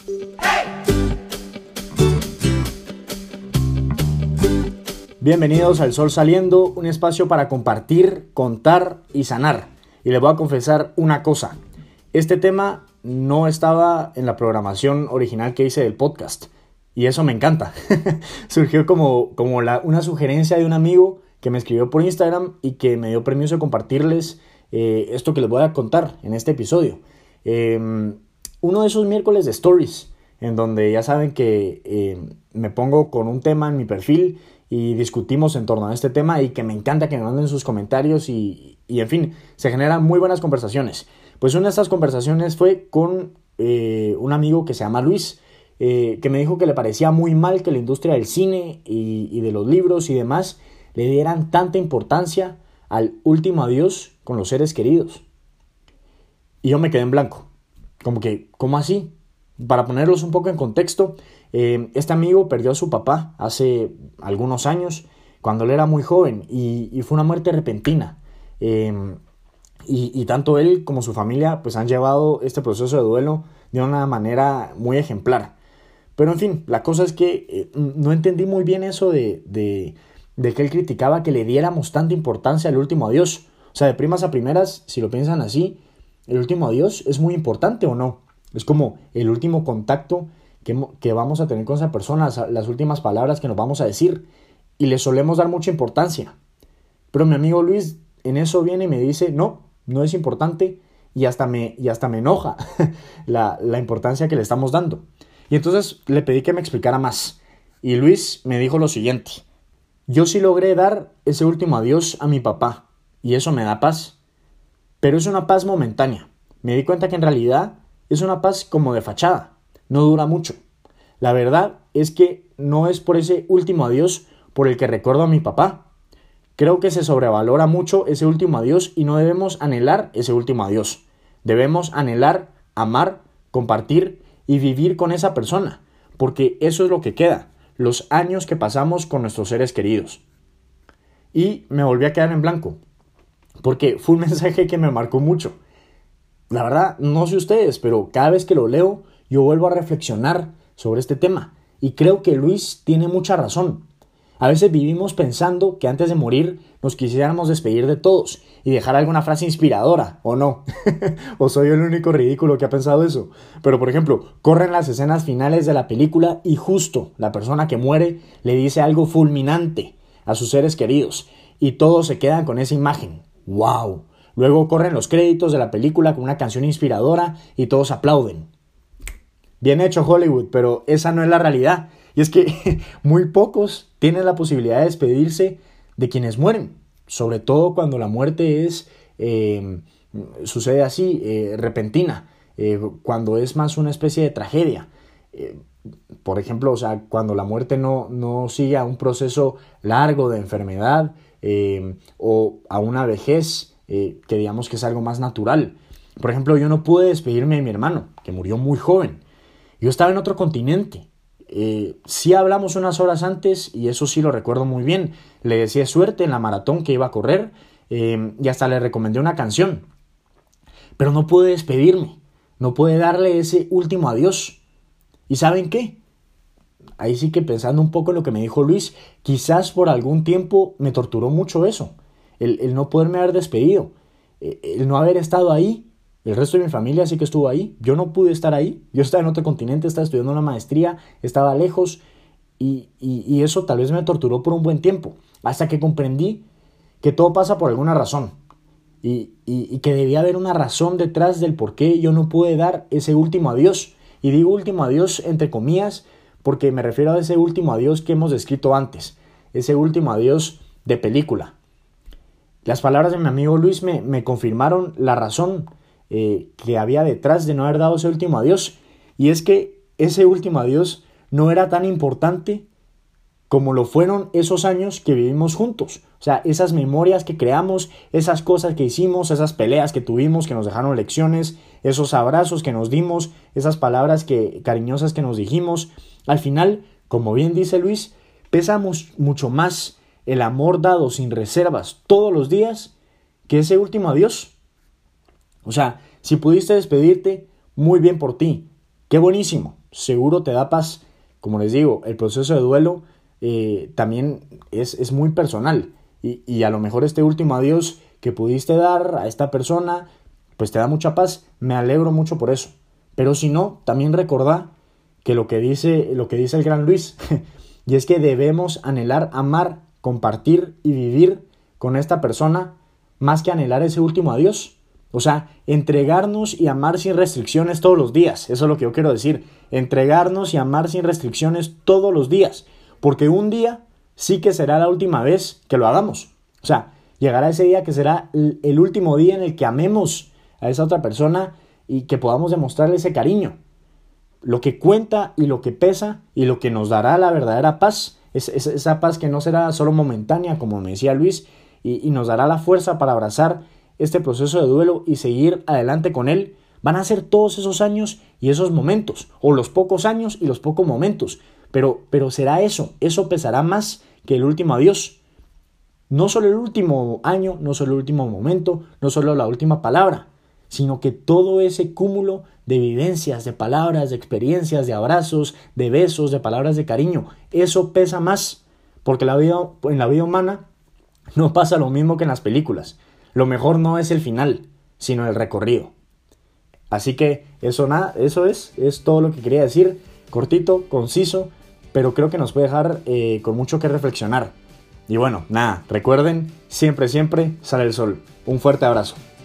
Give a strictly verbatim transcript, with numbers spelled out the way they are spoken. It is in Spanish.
Bienvenidos al Sol Saliendo, un espacio para compartir, contar y sanar. Y les voy a confesar una cosa, este tema no estaba en la programación original que hice del podcast y eso me encanta. Surgió como, como la, una sugerencia de un amigo que me escribió por Instagram y que me dio permiso de compartirles eh, esto que les voy a contar en este episodio. Eh, uno de esos miércoles de Stories, en donde ya saben que eh, me pongo con un tema en mi perfil y discutimos en torno a este tema y que me encanta que me manden sus comentarios y, y en fin, se generan muy buenas conversaciones. Pues una de estas conversaciones fue con eh, un amigo que se llama Luis, eh, que me dijo que le parecía muy mal que la industria del cine y, y de los libros y demás le dieran tanta importancia al último adiós con los seres queridos. Y yo me quedé en blanco, como que, ¿cómo así? Para ponerlos un poco en contexto, eh, este amigo perdió a su papá hace algunos años, cuando él era muy joven, y, y fue una muerte repentina. Eh, y, y tanto él como su familia pues han llevado este proceso de duelo de una manera muy ejemplar. Pero en fin, la cosa es que eh, no entendí muy bien eso de, de, de que él criticaba que le diéramos tanta importancia al último adiós. O sea, de primas a primeras, si lo piensan así, ¿el último adiós es muy importante o no? Es como el último contacto que, que vamos a tener con esa persona, las últimas palabras que nos vamos a decir, y le solemos dar mucha importancia. Pero mi amigo Luis en eso viene y me dice, no, no es importante, y hasta me, y hasta me enoja la, la importancia que le estamos dando. Y entonces le pedí que me explicara más, y Luis me dijo lo siguiente: yo sí logré dar ese último adiós a mi papá, y eso me da paz, pero es una paz momentánea. Me di cuenta que en realidad es una paz como de fachada, no dura mucho. La verdad es que no es por ese último adiós por el que recuerdo a mi papá. Creo que se sobrevalora mucho ese último adiós y no debemos anhelar ese último adiós. Debemos anhelar, amar, compartir y vivir con esa persona, porque eso es lo que queda, los años que pasamos con nuestros seres queridos. Y me volví a quedar en blanco, porque fue un mensaje que me marcó mucho. La verdad, no sé ustedes, pero cada vez que lo leo, yo vuelvo a reflexionar sobre este tema. Y creo que Luis tiene mucha razón. A veces vivimos pensando que antes de morir nos quisiéramos despedir de todos y dejar alguna frase inspiradora, ¿o no? ¿O soy el único ridículo que ha pensado eso? Pero, por ejemplo, corren las escenas finales de la película y justo la persona que muere le dice algo fulminante a sus seres queridos y todos se quedan con esa imagen. ¡Wow! Luego corren los créditos de la película con una canción inspiradora y todos aplauden. Bien hecho, Hollywood, pero esa no es la realidad. Y es que muy pocos tienen la posibilidad de despedirse de quienes mueren. Sobre todo cuando la muerte es, eh, sucede así, eh, repentina. Eh, cuando es más una especie de tragedia. Eh, por ejemplo, o sea, cuando la muerte no, no sigue a un proceso largo de enfermedad eh, o a una vejez. Eh, que digamos que es algo más natural. Por ejemplo, yo no pude despedirme de mi hermano, que murió muy joven. Yo estaba en otro continente. Eh, sí hablamos unas horas antes, y eso sí lo recuerdo muy bien. Le deseé suerte en la maratón que iba a correr, eh, y hasta le recomendé una canción. Pero no pude despedirme. No pude darle ese último adiós. ¿Y saben qué? Ahí sí que pensando un poco en lo que me dijo Luis, quizás por algún tiempo me torturó mucho eso. El, el no poderme haber despedido, el no haber estado ahí. El resto de mi familia sí que estuvo ahí. Yo no pude estar ahí. Yo estaba en otro continente, estaba estudiando una maestría, estaba lejos y, y, y eso tal vez me torturó por un buen tiempo, hasta que comprendí que todo pasa por alguna razón y, y, y que debía haber una razón detrás del por qué yo no pude dar ese último adiós. Y digo último adiós entre comillas porque me refiero a ese último adiós que hemos descrito antes, ese último adiós de película. Las palabras de mi amigo Luis me, me confirmaron la razón eh, que había detrás de no haber dado ese último adiós. Y es que ese último adiós no era tan importante como lo fueron esos años que vivimos juntos. O sea, esas memorias que creamos, esas cosas que hicimos, esas peleas que tuvimos que nos dejaron lecciones, esos abrazos que nos dimos, esas palabras que, cariñosas que nos dijimos. Al final, como bien dice Luis, pesa mucho más el amor dado sin reservas todos los días que ese último adiós. O sea, si pudiste despedirte, muy bien por ti, qué buenísimo. seguro te da paz. Como les digo, el proceso de duelo eh, también es, es muy personal. Y, y a lo mejor este último adiós que pudiste dar a esta persona, pues te da mucha paz. Me alegro mucho por eso. Pero si no, también recordá que lo que dice, lo que dice el gran Luis, y es que debemos anhelar, amar, compartir y vivir con esta persona más que anhelar ese último adiós. O sea, entregarnos y amar sin restricciones todos los días. Eso es lo que yo quiero decir. Entregarnos y amar sin restricciones todos los días. Porque un día sí que será la última vez que lo hagamos. O sea, llegará ese día que será el último día en el que amemos a esa otra persona y que podamos demostrarle ese cariño. Lo que cuenta y lo que pesa y lo que nos dará la verdadera paz es, es esa paz que no será solo momentánea, como me decía Luis, y, y nos dará la fuerza para abrazar este proceso de duelo y seguir adelante con él. Van a ser todos esos años y esos momentos, o los pocos años y los pocos momentos, pero, pero será eso, eso pesará más que el último adiós. No solo el último año, no solo el último momento, no solo la última palabra, sino que todo ese cúmulo de vivencias, de palabras, de experiencias, de abrazos, de besos, de palabras de cariño, eso pesa más, porque la vida, en la vida humana no pasa lo mismo que en las películas. Lo mejor no es el final, sino el recorrido. Así que eso nada, eso es, es todo lo que quería decir, cortito, conciso, pero creo que nos puede dejar eh, con mucho que reflexionar. Y bueno, nada, recuerden, siempre, siempre sale el sol. Un fuerte abrazo.